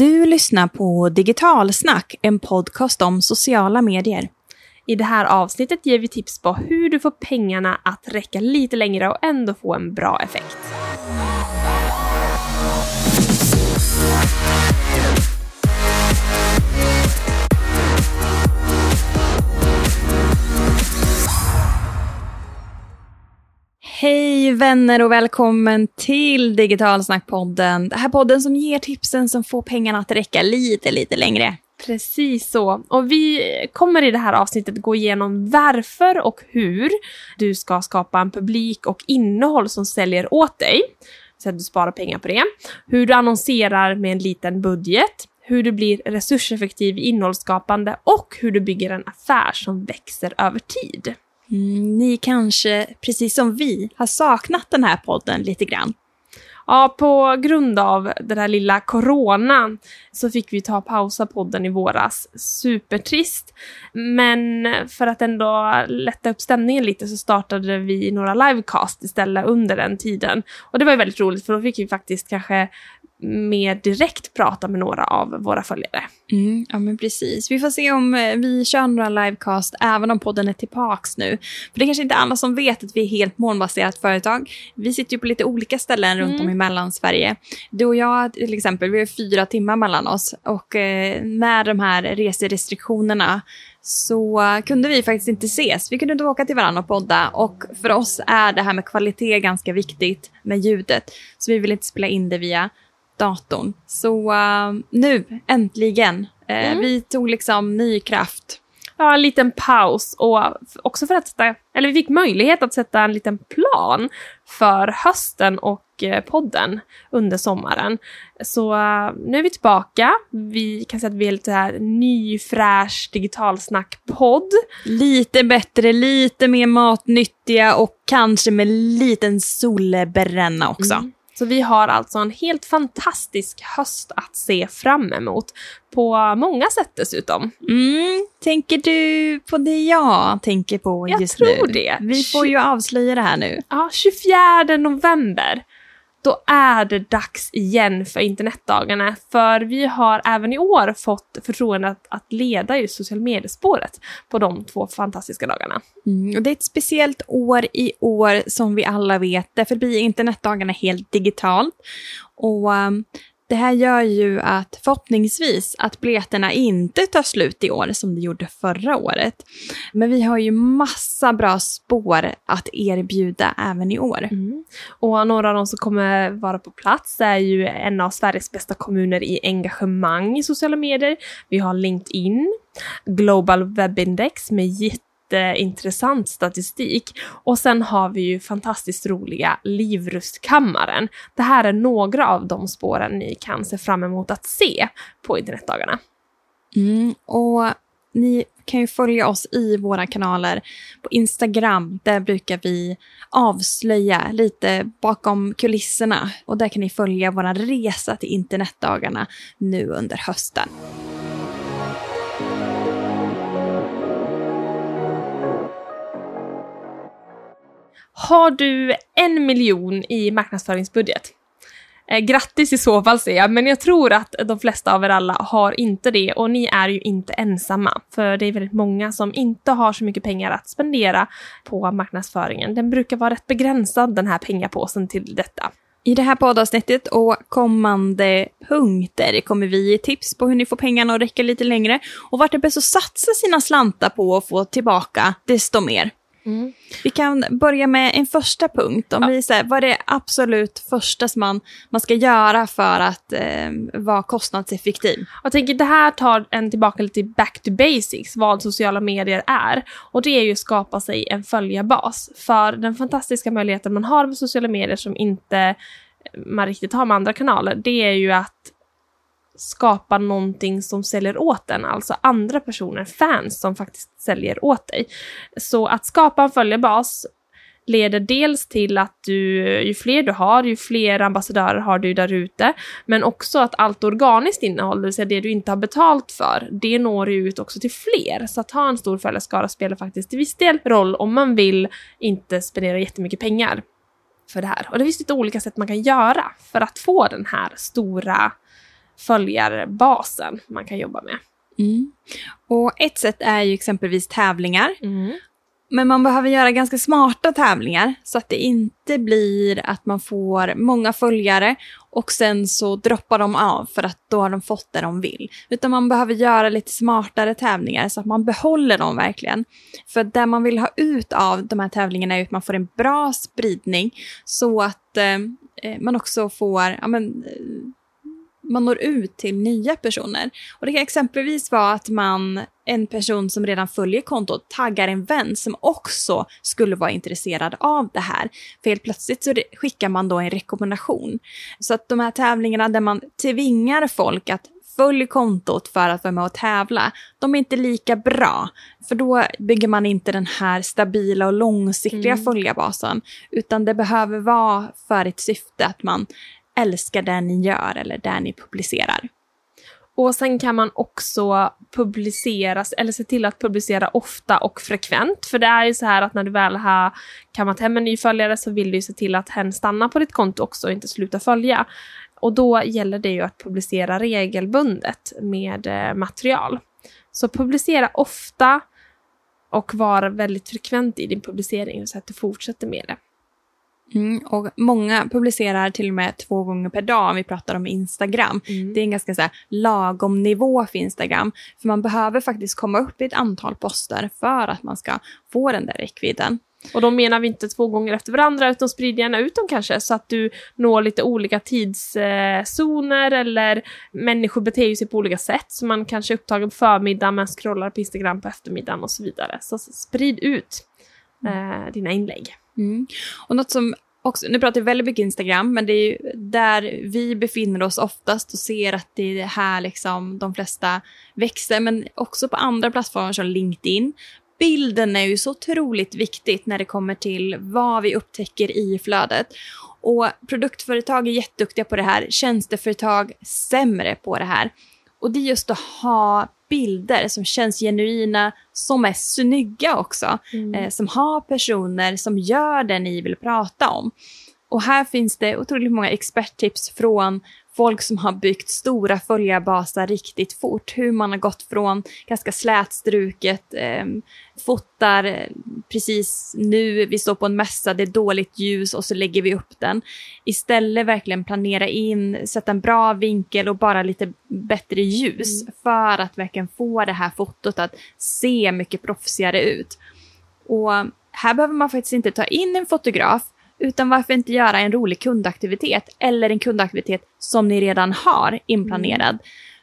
Du lyssnar på Digitalsnack, en podcast om sociala medier. I det här avsnittet ger vi tips på hur du får pengarna att räcka lite längre och ändå få en bra effekt. Hej vänner och välkommen till Digitalsnackpodden. Det här podden som ger tipsen som får pengarna att räcka lite längre. Precis så. Och vi kommer i det här avsnittet gå igenom varför och hur du ska skapa en publik och innehåll som säljer åt dig. Så att du sparar pengar på det. Hur du annonserar med en liten budget. Hur du blir resurseffektiv i innehållsskapande och hur du bygger en affär som växer över tid. Ni kanske, precis som vi, har saknat den här podden lite grann. Ja, på grund av det där lilla corona så fick vi ta pausa podden i våras. Supertrist. Men för att ändå lätta upp stämningen lite så startade vi några livecast istället under den tiden. Och det var ju väldigt roligt för då fick vi faktiskt kanske mer direkt prata med några av våra följare. Ja men precis. Vi får se om vi kör några livecast även om podden är tillbaks nu. För det är kanske inte alla som vet att vi är helt molnbaserat företag. Vi sitter ju på lite olika ställen runt om i Mellansverige. Du och jag till exempel, vi har 4 timmar mellan oss. Och med de här reserestriktionerna så kunde vi faktiskt inte ses. Vi kunde inte åka till varandra och podda. Och för oss är det här med kvalitet ganska viktigt med ljudet. Så vi vill inte spela in det via datorn. Så nu, äntligen. Vi tog liksom ny kraft. Ja, en liten paus. Och också för att vi fick möjlighet att sätta en liten plan för hösten och podden under sommaren. Så nu är vi tillbaka. Vi kan säga att vi är lite här ny, fräsch digitalsnackpodd. Lite bättre, lite mer matnyttiga och kanske med liten solbränna också. Så vi har alltså en helt fantastisk höst att se fram emot. På många sätt dessutom. Tänker du på det jag tänker på just nu? Jag tror det. Vi får ju avslöja det här nu. Ja, 24 november. Då är det dags igen för internetdagarna. För vi har även i år fått förtroende att leda just social mediespåret på de 2 fantastiska dagarna. Och det är ett speciellt år i år som vi alla vet. Därför blir internetdagarna helt digitalt. Och det här gör ju att förhoppningsvis att biljetterna inte tar slut i år som det gjorde förra året. Men vi har ju massa bra spår att erbjuda även i år. Och några av de som kommer vara på plats är ju en av Sveriges bästa kommuner i engagemang i sociala medier. Vi har LinkedIn, Global Web Index med intressant statistik. Och sen har vi ju fantastiskt roliga Livrustkammaren. Det här är några av de spåren ni kan se fram emot att se på internetdagarna. Och ni kan ju följa oss i våra kanaler på Instagram. Där brukar vi avslöja lite bakom kulisserna. Och där kan ni följa våra resa till internetdagarna nu under hösten. Har du 1 miljon i marknadsföringsbudget? Grattis i så fall säger jag, men jag tror att de flesta av er alla har inte det och ni är ju inte ensamma. För det är väldigt många som inte har så mycket pengar att spendera på marknadsföringen. Den brukar vara rätt begränsad den här pengapåsen till detta. I det här poddavsnittet och kommande punkter kommer vi ge tips på hur ni får pengarna att räcka lite längre och vart det är bäst att satsa sina slantar på och få tillbaka desto mer. Vi kan börja med en första punkt. Om vi säger, vad är det absolut första som man ska göra för att vara kostnadseffektiv? Jag tänker det här tar en tillbaka lite back to basics, vad sociala medier är. Och det är ju att skapa sig en följarbas. För den fantastiska möjligheten man har med sociala medier som inte man riktigt har med andra kanaler, det är ju att skapa någonting som säljer åt den, alltså andra personer, fans som faktiskt säljer åt dig. Så att skapa en följarbas leder dels till att ju fler du har, ju fler ambassadörer har du där ute, men också att allt organiskt innehåll, det vill säga det du inte har betalt för, det når ju ut också till fler. Så att ha en stor följarskara spelar faktiskt till viss del roll om man vill inte spendera jättemycket pengar för det här. Och det finns lite olika sätt man kan göra för att få den här stora följarbasen man kan jobba med. Och ett sätt är ju exempelvis tävlingar. Men man behöver göra ganska smarta tävlingar så att det inte blir att man får många följare och sen så droppar de av för att då har de fått det de vill. Utan man behöver göra lite smartare tävlingar så att man behåller dem verkligen. För det man vill ha ut av de här tävlingarna är att man får en bra spridning så att man också får... man når ut till nya personer. Och det kan exempelvis vara att en person som redan följer kontot taggar en vän som också skulle vara intresserad av det här. För helt plötsligt så skickar man då en rekommendation. Så att de här tävlingarna där man tvingar folk att följa kontot för att vara med och tävla, de är inte lika bra. För då bygger man inte den här stabila och långsiktiga följarbasen. Utan det behöver vara för ett syfte att man älskar det ni gör eller det ni publicerar. Och sen kan man också publicera, eller se till att publicera ofta och frekvent. För det är ju så här att när du väl har kammat hem en ny följare så vill du ju se till att hen stannar på ditt konto också och inte sluta följa. Och då gäller det ju att publicera regelbundet med material. Så publicera ofta och vara väldigt frekvent i din publicering så att du fortsätter med det. Och många publicerar till och med 2 gånger per dag om vi pratar om Instagram. Det är en ganska så här lagom nivå för Instagram. För man behöver faktiskt komma upp i ett antal poster för att man ska få den där räckvidden. Och då menar vi inte 2 gånger efter varandra utan sprid gärna ut dem kanske så att du når lite olika tidszoner eller människor beter sig på olika sätt. Så man kanske är upptagen på förmiddagen men scrollar på Instagram på eftermiddagen och så vidare. Så sprid ut dina inlägg. Och något som också, nu pratar vi väldigt mycket Instagram, men det är ju där vi befinner oss oftast och ser att det är här liksom de flesta växer, men också på andra plattformar som LinkedIn. Bilden är ju så otroligt viktigt när det kommer till vad vi upptäcker i flödet. Och produktföretag är jätteduktiga på det här, tjänsteföretag sämre på det här. Och det är just att ha bilder som känns genuina, som är snygga också. Som har personer som gör det ni vill prata om. Och här finns det otroligt många experttips från folk som har byggt stora följarbaser riktigt fort. Hur man har gått från ganska slätstruket, fotar precis nu, vi står på en mässa, det är dåligt ljus och så lägger vi upp den. Istället verkligen planera in, sätta en bra vinkel och bara lite bättre ljus för att verkligen få det här fotot att se mycket proffsigare ut. Och här behöver man faktiskt inte ta in en fotograf, utan varför inte göra en rolig kundaktivitet eller en kundaktivitet som ni redan har inplanerad.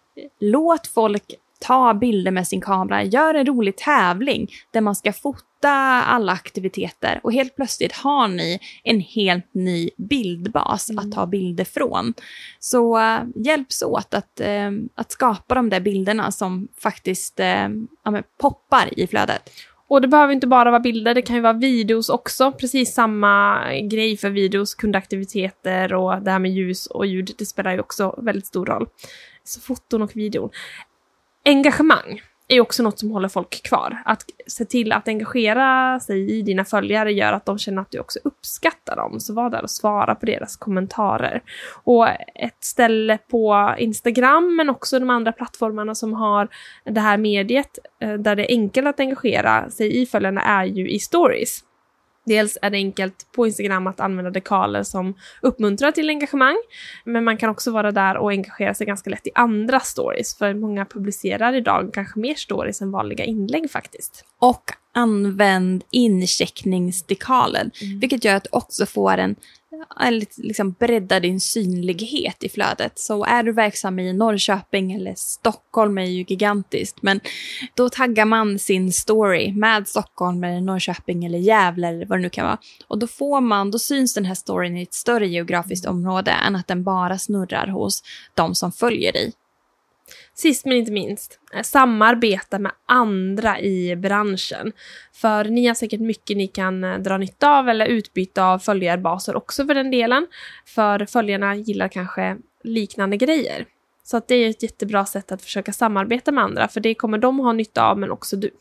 Låt folk ta bilder med sin kamera. Gör en rolig tävling där man ska fota alla aktiviteter. Och helt plötsligt har ni en helt ny bildbas att ta bilder från. Så hjälps åt att skapa de där bilderna som faktiskt poppar i flödet. Och det behöver inte bara vara bilder, det kan ju vara videos också. Precis samma grej för videos, kundaktiviteter och det här med ljus och ljud. Det spelar ju också väldigt stor roll. Så foton och videon. Engagemang är också något som håller folk kvar. Att se till att engagera sig i dina följare gör att de känner att du också uppskattar dem. Så var där och svara på deras kommentarer. Och ett ställe på Instagram men också de andra plattformarna som har det här mediet där det är enkelt att engagera sig i följarna är ju i stories. Dels är det enkelt på Instagram att använda dekaler som uppmuntrar till engagemang. Men man kan också vara där och engagera sig ganska lätt i andra stories. För många publicerar idag kanske mer stories än vanliga inlägg faktiskt. Och använd incheckningsdekaler. Vilket gör att du också får en liksom bredda din synlighet i flödet. Så är du verksam i Norrköping eller Stockholm är ju gigantiskt. Men då taggar man sin story med Stockholm eller Norrköping eller Gävle eller vad det nu kan vara. Och då syns den här storyn i ett större geografiskt område än att den bara snurrar hos de som följer dig. Sist men inte minst, samarbeta med andra i branschen. För ni har säkert mycket ni kan dra nytta av eller utbyta av följarbaser också för den delen. För följarna gillar kanske liknande grejer. Så att det är ett jättebra sätt att försöka samarbeta med andra. För det kommer de ha nytta av men också du.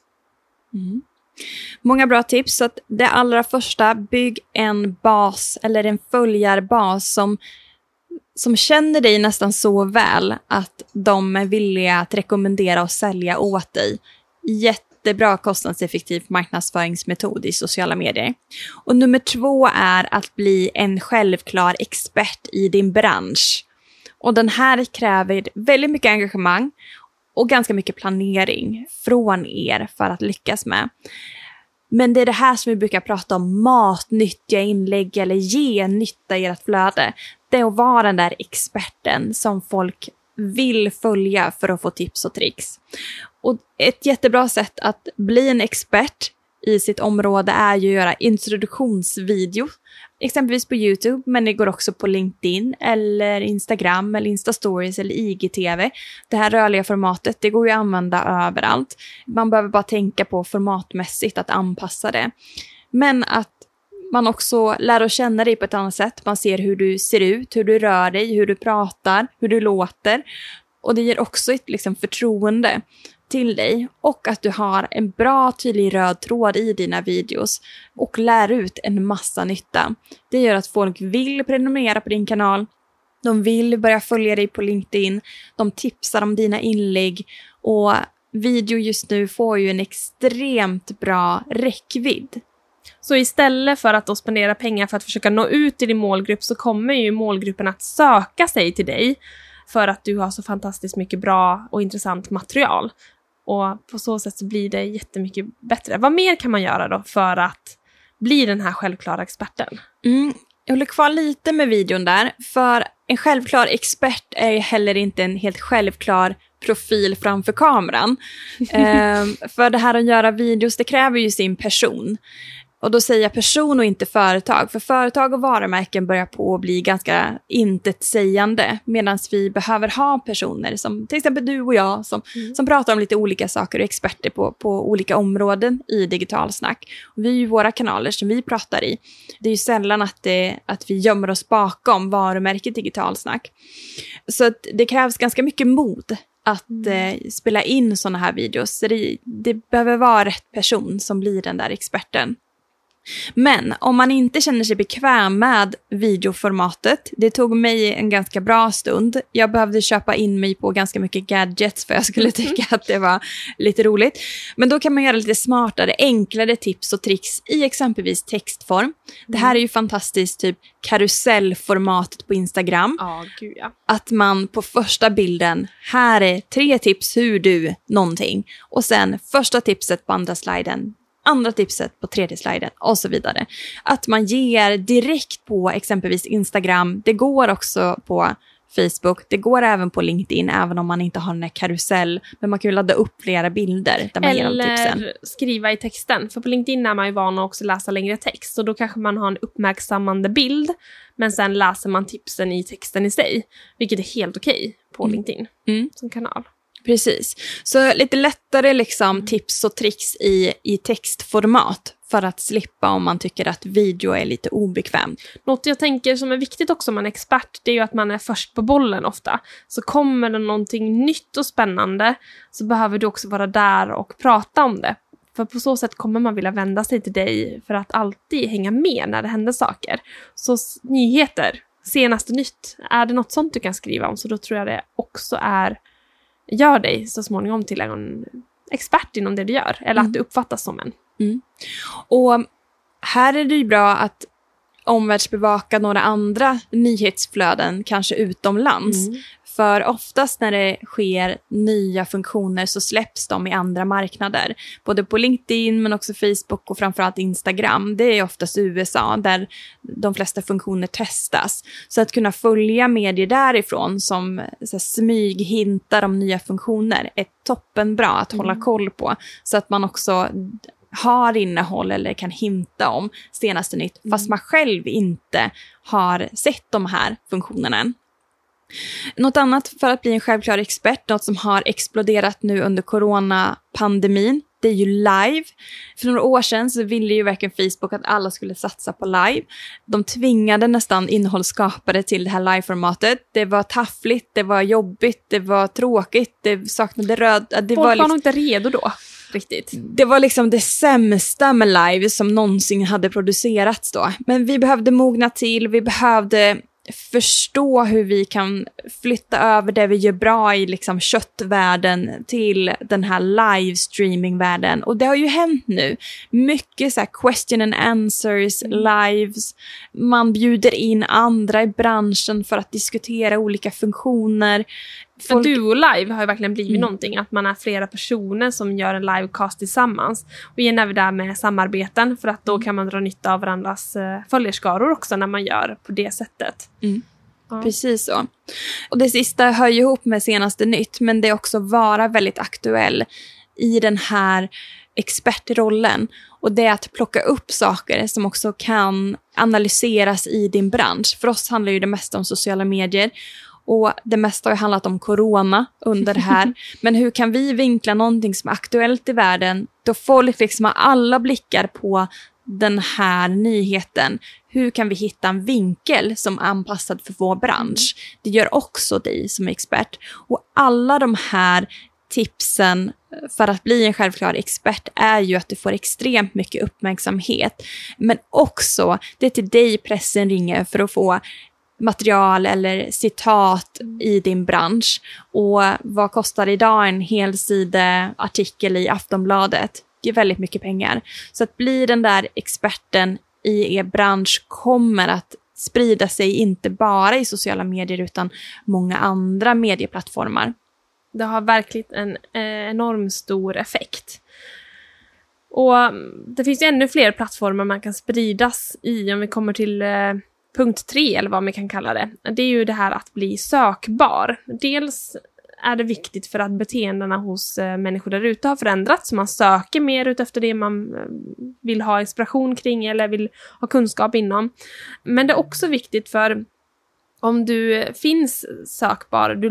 Många bra tips. Så att det allra första, bygg en bas eller en följarbas som som känner dig nästan så väl att de är villiga att rekommendera och sälja åt dig. Jättebra kostnadseffektiv marknadsföringsmetod i sociala medier. Och nummer 2 är att bli en självklar expert i din bransch. Och den här kräver väldigt mycket engagemang och ganska mycket planering från er för att lyckas med. Men det är det här som vi brukar prata om, matnyttiga inlägg eller ge nytta i ert flöde. Det är att vara den där experten som folk vill följa för att få tips och tricks. Och ett jättebra sätt att bli en expert i sitt område är ju att göra introduktionsvideo. Exempelvis på YouTube, men det går också på LinkedIn eller Instagram eller Instastories eller IGTV. Det här rörliga formatet, det går ju att använda överallt. Man behöver bara tänka på formatmässigt att anpassa det. Men att man också lär att känna dig på ett annat sätt. Man ser hur du ser ut, hur du rör dig, hur du pratar, hur du låter. Och det ger också ett förtroende till dig. Och att du har en bra tydlig röd tråd i dina videos. Och lär ut en massa nytta. Det gör att folk vill prenumerera på din kanal. De vill börja följa dig på LinkedIn. De tipsar om dina inlägg. Och video just nu får ju en extremt bra räckvidd. Så istället för att då spendera pengar för att försöka nå ut till din målgrupp så kommer ju målgruppen att söka sig till dig för att du har så fantastiskt mycket bra och intressant material. Och på så sätt så blir det jättemycket bättre. Vad mer kan man göra då för att bli den här självklara experten? Jag håller kvar lite med videon där. För en självklar expert är heller inte en helt självklar profil framför kameran. För det här att göra videos, det kräver ju sin person. Och då säger jag person och inte företag. För företag och varumärken börjar på att bli ganska intetsägande. Medan vi behöver ha personer som till exempel du och jag som pratar om lite olika saker och experter på olika områden i digitalsnack. Och vi är ju våra kanaler som vi pratar i. Det är ju sällan att vi gömmer oss bakom varumärket digitalsnack. Så att det krävs ganska mycket mod att spela in såna här videos. Så det behöver vara rätt person som blir den där experten. Men om man inte känner sig bekväm med videoformatet, det tog mig en ganska bra stund. Jag behövde köpa in mig på ganska mycket gadgets för jag skulle tycka att det var lite roligt. Men då kan man göra lite smartare, enklare tips och tricks i exempelvis textform. Det här är ju fantastiskt, typ karusellformatet på Instagram. Gud, ja. Att man på första bilden, här är 3 tips hur du någonting. Och sen första tipset på andra sliden, andra tipset på tredje sliden och så vidare. Att man ger direkt på exempelvis Instagram. Det går också på Facebook. Det går även på LinkedIn även om man inte har den här karusell. Men man kan ju ladda upp flera bilder där man ger de tipsen. Eller skriva i texten. För på LinkedIn är man ju van att också läsa längre text. Och då kanske man har en uppmärksammande bild. Men sen läser man tipsen i texten i sig. Vilket är helt okej på LinkedIn som kanal. Precis. Så lite lättare tips och tricks i textformat för att slippa om man tycker att video är lite obekvämt. Något jag tänker som är viktigt också om man är expert, det är ju att man är först på bollen ofta. Så kommer det någonting nytt och spännande så behöver du också vara där och prata om det. För på så sätt kommer man vilja vända sig till dig för att alltid hänga med när det händer saker. Så nyheter, senaste nytt, är det något sånt du kan skriva om så då tror jag det också gör dig så småningom till en expert inom det du gör. Eller att du uppfattas som en. Och här är det ju bra att omvärldsbevaka några andra nyhetsflöden, kanske utomlands. För oftast när det sker nya funktioner så släpps de i andra marknader. Både på LinkedIn men också Facebook och framförallt Instagram. Det är oftast USA där de flesta funktioner testas. Så att kunna följa medier därifrån som smyghintar om nya funktioner är toppenbra att hålla koll på. Så att man också har innehåll eller kan hinta om senaste nytt fast man själv inte har sett de här funktionerna än. Något annat för att bli en självklar expert, något som har exploderat nu under coronapandemin, det är ju live. För några år sedan så ville ju verkligen Facebook att alla skulle satsa på live. De tvingade nästan innehållsskapare till det här live-formatet. Det var taffligt, det var jobbigt, det var tråkigt, det saknade röd... Folk var nog inte redo då. Riktigt. Det var det sämsta med live som någonsin hade producerats då. Men vi behövde mogna till, vi behövde förstå hur vi kan flytta över det vi gör bra i liksom köttvärlden till den här livestreamingvärlden. Och det har ju hänt nu. Mycket så här question and answers, lives. Man bjuder in andra i branschen för att diskutera olika funktioner. Duo Live har ju verkligen blivit någonting, att man är flera personer som gör en livecast tillsammans. Och igen är vi där med samarbeten, för att då kan man dra nytta av varandras följerskaror också när man gör på det sättet. Ja. Precis så. Och det sista hör ju ihop med senaste nytt, men det är också vara väldigt aktuell i den här expertrollen. Och det är att plocka upp saker som också kan analyseras i din bransch. För oss handlar ju det mesta om sociala medier. Och det mesta har ju handlat om corona under det här. Men hur kan vi vinkla någonting som är aktuellt i världen då folk liksom har alla blickar på den här nyheten? Hur kan vi hitta en vinkel som är anpassad för vår bransch? Det gör också dig som expert. Och alla de här tipsen för att bli en självklar expert är ju att du får extremt mycket uppmärksamhet. Men också det är till dig pressen ringer för att få material eller citat i din bransch. Och vad kostar idag en hel sida artikel i Aftonbladet? Det är väldigt mycket pengar. Så att bli den där experten i er bransch kommer att sprida sig inte bara i sociala medier utan många andra medieplattformar. Det har verkligen en enorm stor effekt. Och det finns ännu fler plattformar man kan spridas i om vi kommer till punkt 3 eller vad man kan kalla det. Det är ju det här att bli sökbar. Dels är det viktigt för att beteendena hos människor där ute har förändrats. Så man söker mer ut efter det man vill ha inspiration kring eller vill ha kunskap inom. Men det är också viktigt för om du finns sökbar, du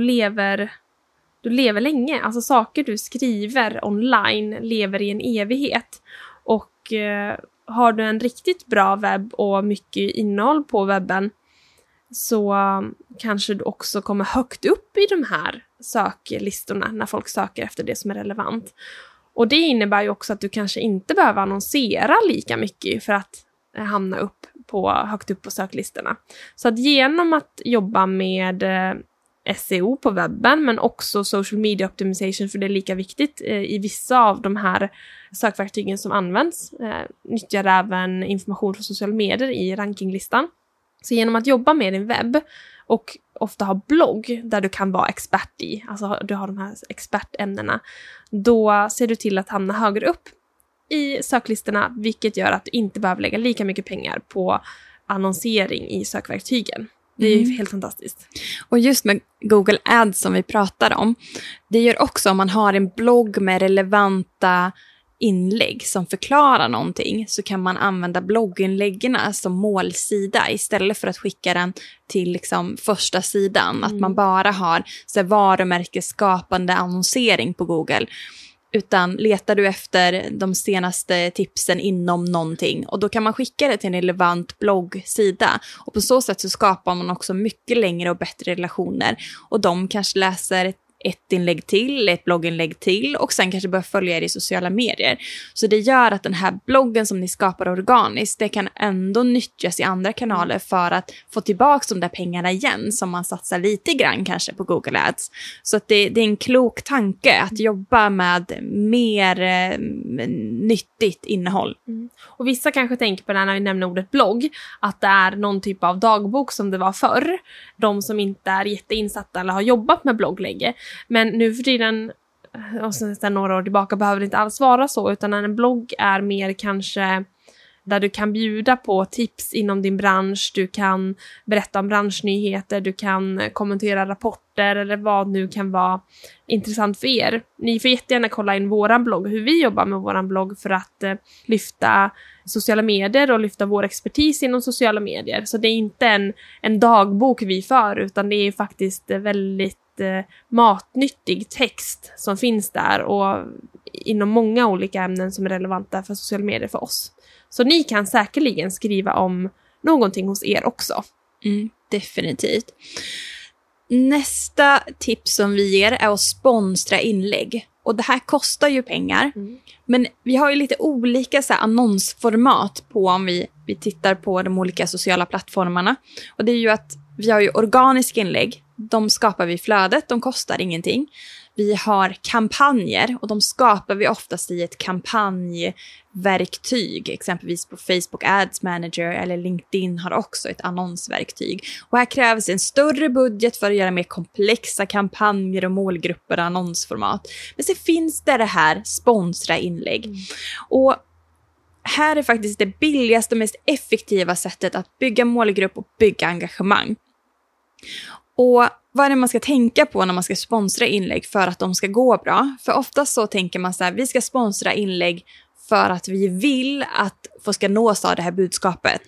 lever länge. Alltså saker du skriver online lever i en evighet. Och har du en riktigt bra webb och mycket innehåll på webben så kanske du också kommer högt upp i de här söklistorna när folk söker efter det som är relevant. Och det innebär ju också att du kanske inte behöver annonsera lika mycket för att hamna högt upp på söklistorna. Så att genom att jobba med SEO på webben men också social media optimization, för det är lika viktigt i vissa av de här sökverktygen som används, nyttjar även information från sociala medier i rankinglistan. Så genom att jobba med din webb och ofta ha blogg där du kan vara expert i, alltså du har de här expertämnena, då ser du till att hamna högre upp i söklistorna, vilket gör att du inte behöver lägga lika mycket pengar på annonsering i sökverktygen. Det är ju helt fantastiskt. Och just med Google Ads som vi pratar om, det gör också om man har en blogg med relevanta inlägg som förklarar någonting, så kan man använda blogginläggen som målsida istället för att skicka den till liksom första sidan. Att man bara har så här, varumärkesskapande annonsering på Google. Utan letar du efter de senaste tipsen inom någonting, och då kan man skicka det till en relevant bloggsida. Och på så sätt så skapar man också mycket längre och bättre relationer. Och de kanske läser ett inlägg till, ett blogginlägg till, och sen kanske börjar följa er i sociala medier. Så det gör att den här bloggen som ni skapar organiskt, det kan ändå nyttjas i andra kanaler för att få tillbaka de där pengarna igen som man satsar lite grann kanske på Google Ads. Så att det är en klok tanke att jobba med mer nyttigt innehåll. Och vissa kanske tänker på det när vi nämner ordet blogg, att det är någon typ av dagbok som det var förr. De som inte är jätteinsatta eller har jobbat med blogglägge. Men nu för tiden, och sen några år tillbaka, behöver det inte alls vara så, utan en blogg är mer kanske där du kan bjuda på tips inom din bransch, du kan berätta om branschnyheter, du kan kommentera rapporter eller vad nu kan vara intressant för er. Ni får jättegärna kolla in våran blogg, hur vi jobbar med våran blogg för att lyfta sociala medier och lyfta vår expertis inom sociala medier. Så det är inte en dagbok vi för, utan det är faktiskt väldigt matnyttig text som finns där och inom många olika ämnen som är relevanta för sociala medier för oss. Så ni kan säkerligen skriva om någonting hos er också. Definitivt. Nästa tips som vi ger är att sponsra inlägg. Och det här kostar ju pengar. Men vi har ju lite olika så här annonsformat på om vi tittar på de olika sociala plattformarna. Och det är ju att Vi har ju organiska inlägg. De skapar vi i flödet, de kostar ingenting. Vi har kampanjer och de skapar vi oftast i ett kampanjverktyg. Exempelvis på Facebook Ads Manager eller LinkedIn har också ett annonsverktyg. Och här krävs en större budget för att göra mer komplexa kampanjer och målgrupper och annonsformat. Men så finns det här sponsra inlägg. Och här är faktiskt det billigaste och mest effektiva sättet att bygga målgrupp och bygga engagemang. Och vad är det man ska tänka på när man ska sponsra inlägg för att de ska gå bra? För oftast så tänker man så här, vi ska sponsra inlägg för att vi vill att folk ska nås av det här budskapet.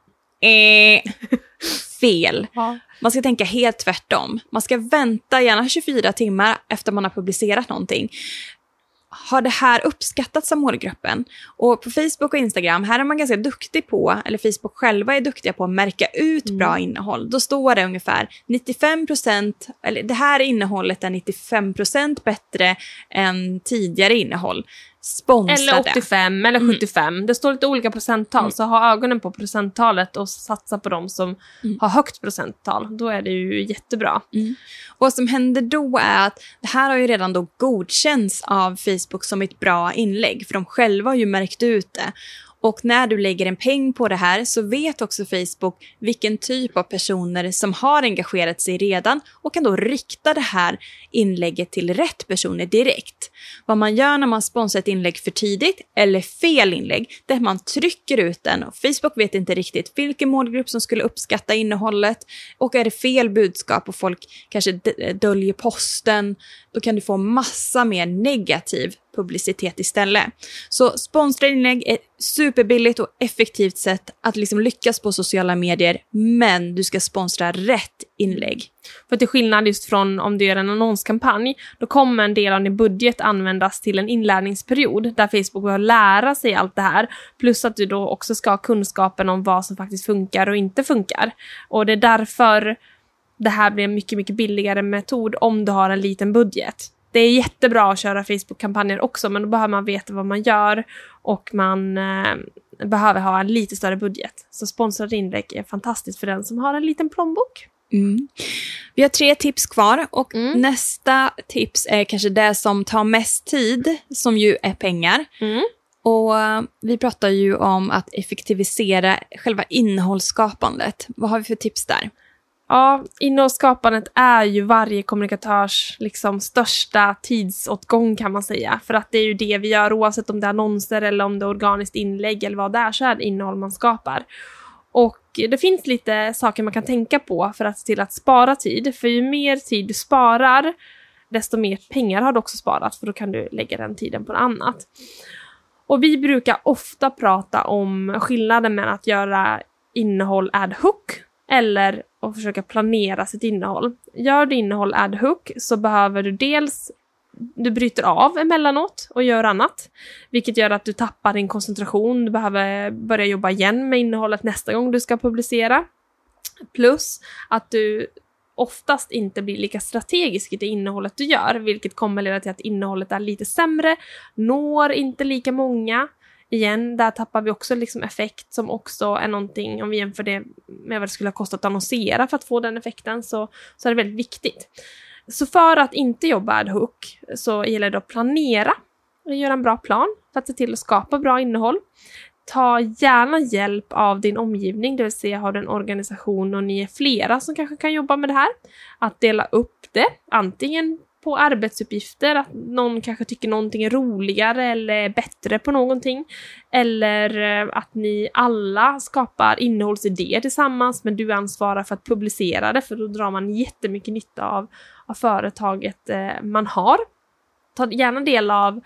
Fel. Ja. Man ska tänka helt tvärtom. Man ska vänta gärna 24 timmar efter man har publicerat någonting. Har det här uppskattats av målgruppen? Och på Facebook och Instagram, här är man ganska duktig på, eller Facebook själva är duktiga på att märka ut bra innehåll. Då står det ungefär 95%, eller det här innehållet är 95% bättre än tidigare innehåll. Sponsra eller 85 eller 75. Det står lite olika procenttal, så ha ögonen på procenttalet och satsa på dem som har högt procenttal. Då är det ju jättebra. Och vad som händer då är att det här har ju redan då godkänts av Facebook som ett bra inlägg, för de själva har ju märkt ut det. Och när du lägger en peng på det här så vet också Facebook vilken typ av personer som har engagerat sig redan och kan då rikta det här inlägget till rätt personer direkt. Vad man gör när man sponsrar ett inlägg för tidigt eller fel inlägg, det är att man trycker ut den och Facebook vet inte riktigt vilken målgrupp som skulle uppskatta innehållet, och är det fel budskap och folk kanske döljer posten, då kan du få massa mer negativ publicitet istället. Så sponsrade inlägg är superbilligt och effektivt sätt att liksom lyckas på sociala medier, men du ska sponsra rätt inlägg. För till skillnad just från om du gör en annonskampanj, då kommer en del av din budget användas till en inlärningsperiod där Facebook behöver lära sig allt det här, plus att du då också ska ha kunskapen om vad som faktiskt funkar och inte funkar. Och det är därför det här blir en mycket, mycket billigare metod om du har en liten budget. Det är jättebra att köra Facebook-kampanjer också, men då behöver man veta vad man gör och man behöver ha en lite större budget. Så sponsrade inlägg är fantastiskt för den som har en liten plånbok. Vi har 3 tips kvar och nästa tips är kanske det som tar mest tid, som ju är pengar. Och vi pratar ju om att effektivisera själva innehållsskapandet. Vad har vi för tips där? Ja, innehållsskapandet är ju varje kommunikatörs liksom största tidsåtgång, kan man säga. För att det är ju det vi gör, oavsett om det är annonser eller om det är organiskt inlägg eller vad det är, så är det innehåll man skapar. Och det finns lite saker man kan tänka på för att se till att spara tid. För ju mer tid du sparar, desto mer pengar har du också sparat, för då kan du lägga den tiden på något annat. Och vi brukar ofta prata om skillnaden mellan att göra innehåll ad hoc eller att försöka planera sitt innehåll. Gör du innehåll ad hoc så behöver du dels, du bryter av emellanåt och gör annat, vilket gör att du tappar din koncentration. Du behöver börja jobba igen med innehållet nästa gång du ska publicera. Plus att du oftast inte blir lika strategisk i det innehållet du gör, vilket kommer leda till att innehållet är lite sämre, når inte lika många. Igen, där tappar vi också liksom effekt, som också är någonting, om vi jämför det med vad det skulle ha kostat att annonsera för att få den effekten, så är det väldigt viktigt. Så för att inte jobba ad hoc så gäller det att planera och göra en bra plan för att se till att skapa bra innehåll. Ta gärna hjälp av din omgivning, det vill säga har du en organisation och ni är flera som kanske kan jobba med det här. Att dela upp det, antingen på arbetsuppgifter, att någon kanske tycker någonting är roligare eller bättre på någonting, eller att ni alla skapar innehållsidéer tillsammans, men du ansvarar för att publicera det, för då drar man jättemycket nytta av företaget man har. Ta gärna del av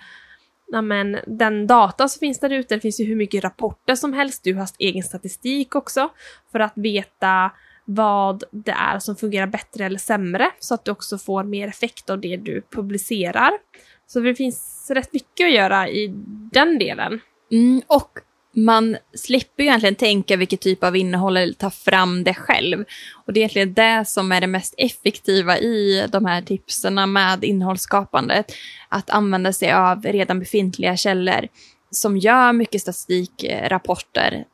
den data som finns där ute. Det finns ju hur mycket rapporter som helst, du har egen statistik också för att veta vad det är som fungerar bättre eller sämre, så att du också får mer effekt av det du publicerar. Så det finns rätt mycket att göra i den delen. Och man slipper ju egentligen tänka vilket typ av innehåll eller ta fram det själv. Och det är egentligen det som är det mest effektiva i de här tipserna med innehållsskapandet. Att använda sig av redan befintliga källor som gör mycket statistikrapporter. Plocka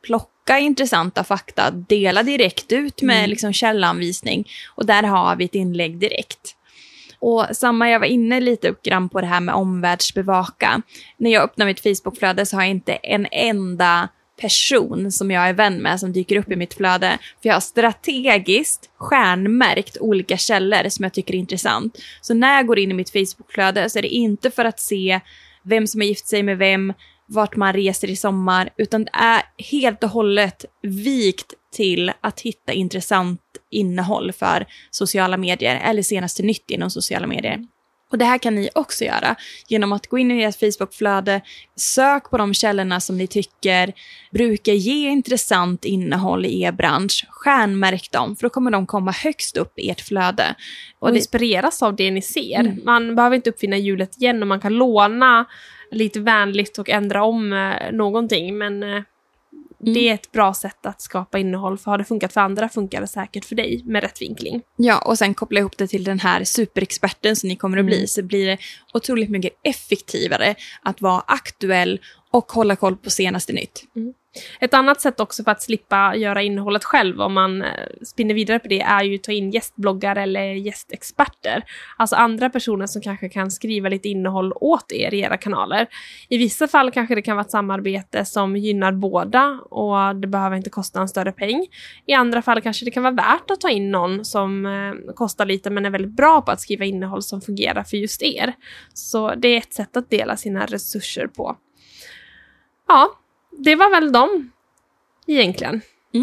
plocka intressanta fakta, dela direkt ut med liksom källanvisning, och där har vi ett inlägg direkt. Och samma, jag var inne lite grann på det här med omvärldsbevaka. När jag öppnar mitt Facebookflöde så har jag inte en enda person som jag är vän med som dyker upp i mitt flöde. För jag har strategiskt stjärnmärkt olika källor som jag tycker är intressant. Så när jag går in i mitt Facebookflöde så är det inte för att se vem som har gift sig med vem, vart man reser i sommar, utan det är helt och hållet vikt till att hitta intressant innehåll för sociala medier eller senaste nytt inom sociala medier. Och det här kan ni också göra genom att gå in i ert Facebookflöde, sök på de källorna som ni tycker brukar ge intressant innehåll i er bransch, stjärnmärk dem, för då kommer de komma högst upp i ert flöde. Och inspireras av det ni ser. Man behöver inte uppfinna hjulet igen, och man kan låna lite vänligt och ändra om någonting, men det är ett bra sätt att skapa innehåll, för har det funkat för andra funkar det säkert för dig med rätt vinkling. Ja, och sen koppla ihop det till den här superexperten som ni kommer att bli, så blir det otroligt mycket effektivare att vara aktuell och hålla koll på senaste nytt. Ett annat sätt också för att slippa göra innehållet själv, om man spinner vidare på det, är ju att ta in gästbloggar eller gästexperter. Alltså andra personer som kanske kan skriva lite innehåll åt er i era kanaler. I vissa fall kanske det kan vara ett samarbete som gynnar båda och det behöver inte kosta en större peng. I andra fall kanske det kan vara värt att ta in någon som kostar lite men är väldigt bra på att skriva innehåll som fungerar för just er. Så det är ett sätt att dela sina resurser på. Ja, det var väl dem egentligen.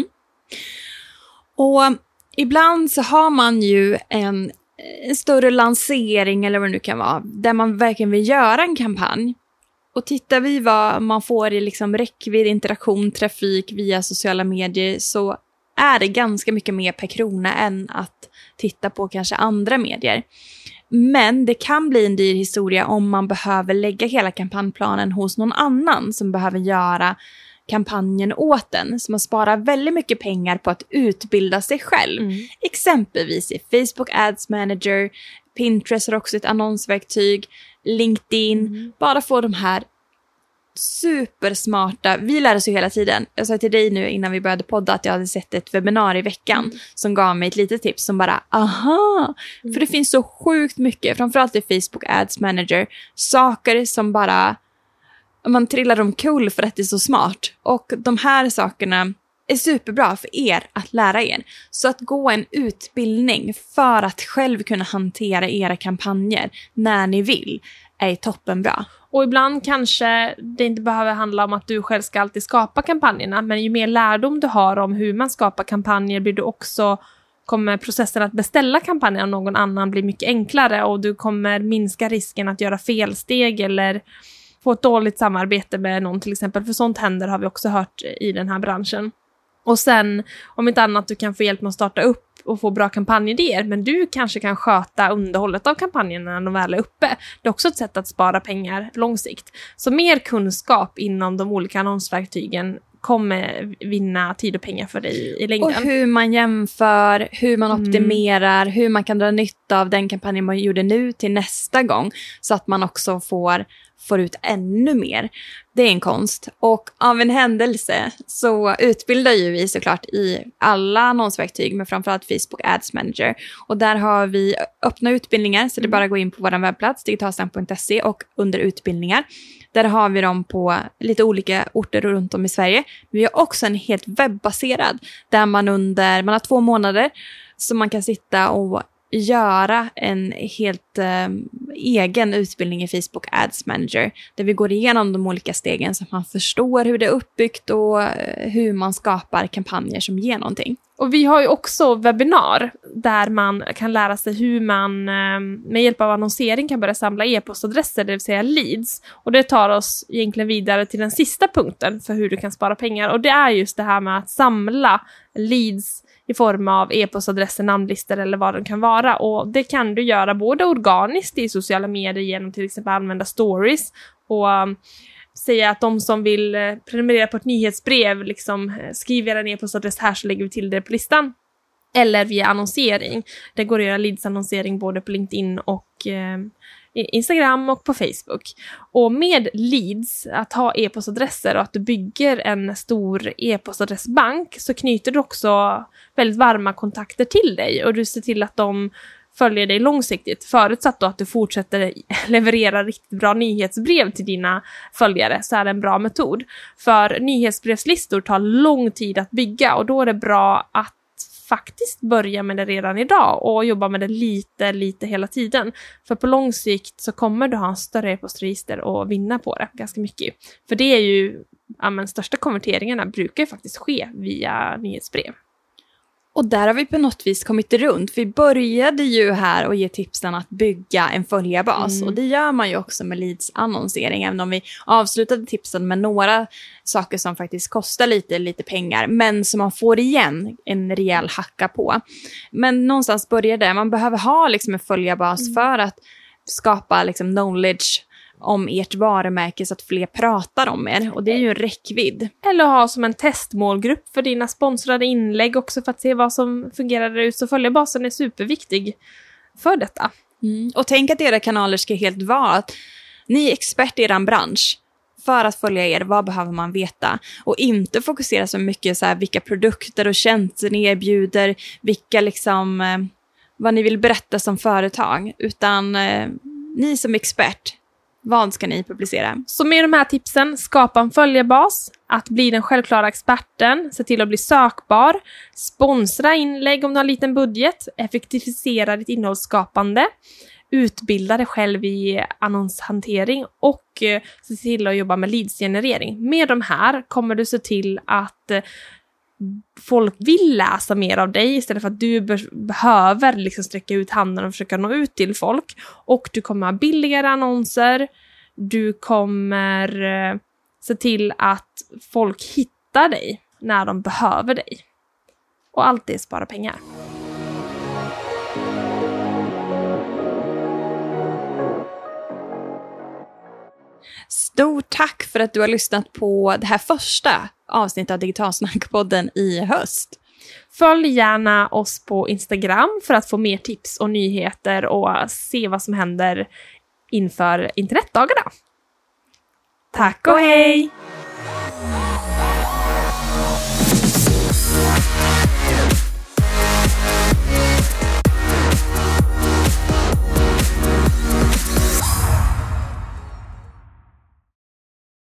Och ibland så har man ju en större lansering eller vad det nu kan vara, där man verkligen vill göra en kampanj. Och tittar vi vad man får i liksom räckvidd, interaktion, trafik via sociala medier, så är det ganska mycket mer per krona än att titta på kanske andra medier. Men det kan bli en dyr historia om man behöver lägga hela kampanjplanen hos någon annan som behöver göra kampanjen åt den. Så man sparar väldigt mycket pengar på att utbilda sig själv. Exempelvis i Facebook Ads Manager, Pinterest har också ett annonsverktyg, LinkedIn. Bara få de här supersmarta, vi lär oss ju hela tiden. Jag sa till dig nu innan vi började podda att jag hade sett ett webbinar i veckan som gav mig ett litet tips som bara, för det finns så sjukt mycket, framförallt i Facebook Ads Manager, saker som bara man trillar omkull för att det är så smart. Och de här sakerna är superbra för er att lära er. Så att gå en utbildning för att själv kunna hantera era kampanjer när ni vill är toppenbra. Och ibland kanske det inte behöver handla om att du själv ska alltid skapa kampanjerna, men ju mer lärdom du har om hur man skapar kampanjer blir du också, kommer processen att beställa kampanjer av någon annan bli mycket enklare, och du kommer minska risken att göra felsteg eller få ett dåligt samarbete med någon till exempel, för sånt händer har vi också hört i den här branschen. Och sen, om inte annat, du kan få hjälp med att starta upp och få bra kampanjidéer, men du kanske kan sköta underhållet av kampanjerna när de väl är uppe. Det är också ett sätt att spara pengar långsikt. Så mer kunskap inom de olika annonsverktygen kommer vinna tid och pengar för dig i längden. Och hur man jämför, hur man optimerar, hur man kan dra nytta av den kampanjen man gjorde nu till nästa gång, så att man också får ut ännu mer. Det är en konst. Och av en händelse så utbildar ju vi såklart i alla annonsverktyg, men framförallt Facebook Ads Manager. Och där har vi öppna utbildningar, så det är bara att gå in på vår webbplats digitalstamp.se och under utbildningar. Där har vi dem på lite olika orter runt om i Sverige. Vi har också en helt webbaserad där man har 2 månader så man kan sitta och göra en helt egen utbildning i Facebook Ads Manager där vi går igenom de olika stegen så att man förstår hur det är uppbyggt och hur man skapar kampanjer som ger någonting. Och vi har ju också webbinar där man kan lära sig hur man med hjälp av annonsering kan börja samla e-postadresser, det vill säga leads. Och det tar oss egentligen vidare till den sista punkten för hur du kan spara pengar. Och det är just det här med att samla leads i form av e-postadresser, namnlistor eller vad det kan vara. Och det kan du göra både organiskt i sociala medier genom till exempel använda stories och säga att de som vill prenumerera på ett nyhetsbrev liksom skriver en e-postadress här så lägger vi till det på listan. Eller via annonsering. Det går att göra leads-annonsering både på LinkedIn och Instagram och på Facebook. Och med leads, att ha e-postadresser och att du bygger en stor e-postadressbank, så knyter du också väldigt varma kontakter till dig och du ser till att de följer dig långsiktigt, förutsatt då att du fortsätter leverera riktigt bra nyhetsbrev till dina följare, så är det en bra metod. För nyhetsbrevslistor tar lång tid att bygga och då är det bra att faktiskt börja med det redan idag och jobba med det lite hela tiden. För på lång sikt så kommer du ha en större e-postregister och vinna på det ganska mycket. För det är ju, största konverteringarna brukar ju faktiskt ske via nyhetsbrev. Och där har vi på något vis kommit runt. Vi började ju här och ge tipsen att bygga en följarbas. Och det gör man ju också med leads-annonsering. Även om vi avslutade tipsen med några saker som faktiskt kostar lite pengar. Men som man får igen en rejäl hacka på. Men någonstans börjar det. Man behöver ha liksom en följarbas för att skapa liksom knowledge om ert varumärke så att fler pratar om er. Och det är ju en räckvidd. Eller ha som en testmålgrupp för dina sponsrade inlägg också för att se vad som fungerar där ut. Så följarbasen är superviktig för detta. Och tänk att era kanaler ska helt vara att ni är expert i er bransch. För att följa er, vad behöver man veta? Och inte fokusera så mycket så här, vilka produkter och tjänster ni erbjuder. Vilka liksom, vad ni vill berätta som företag. Utan ni som expert, vad ska ni publicera? Så med de här tipsen, skapa en följarbas, att bli den självklara experten, se till att bli sökbar, sponsra inlägg om du har en liten budget, effektivisera ditt innehållsskapande, utbilda dig själv i annonshantering och se till att jobba med leadsgenerering. Med de här kommer du se till att folk vill läsa mer av dig istället för att du behöver liksom sträcka ut handen och försöka nå ut till folk. Och du kommer ha billigare annonser. Du kommer se till att folk hittar dig när de behöver dig. Och allt det sparar pengar. Stort tack för att du har lyssnat på det här första avsnittet av Digitalsnackpodden i höst. Följ gärna oss på Instagram för att få mer tips och nyheter och se vad som händer inför internetdagarna. Tack och hej!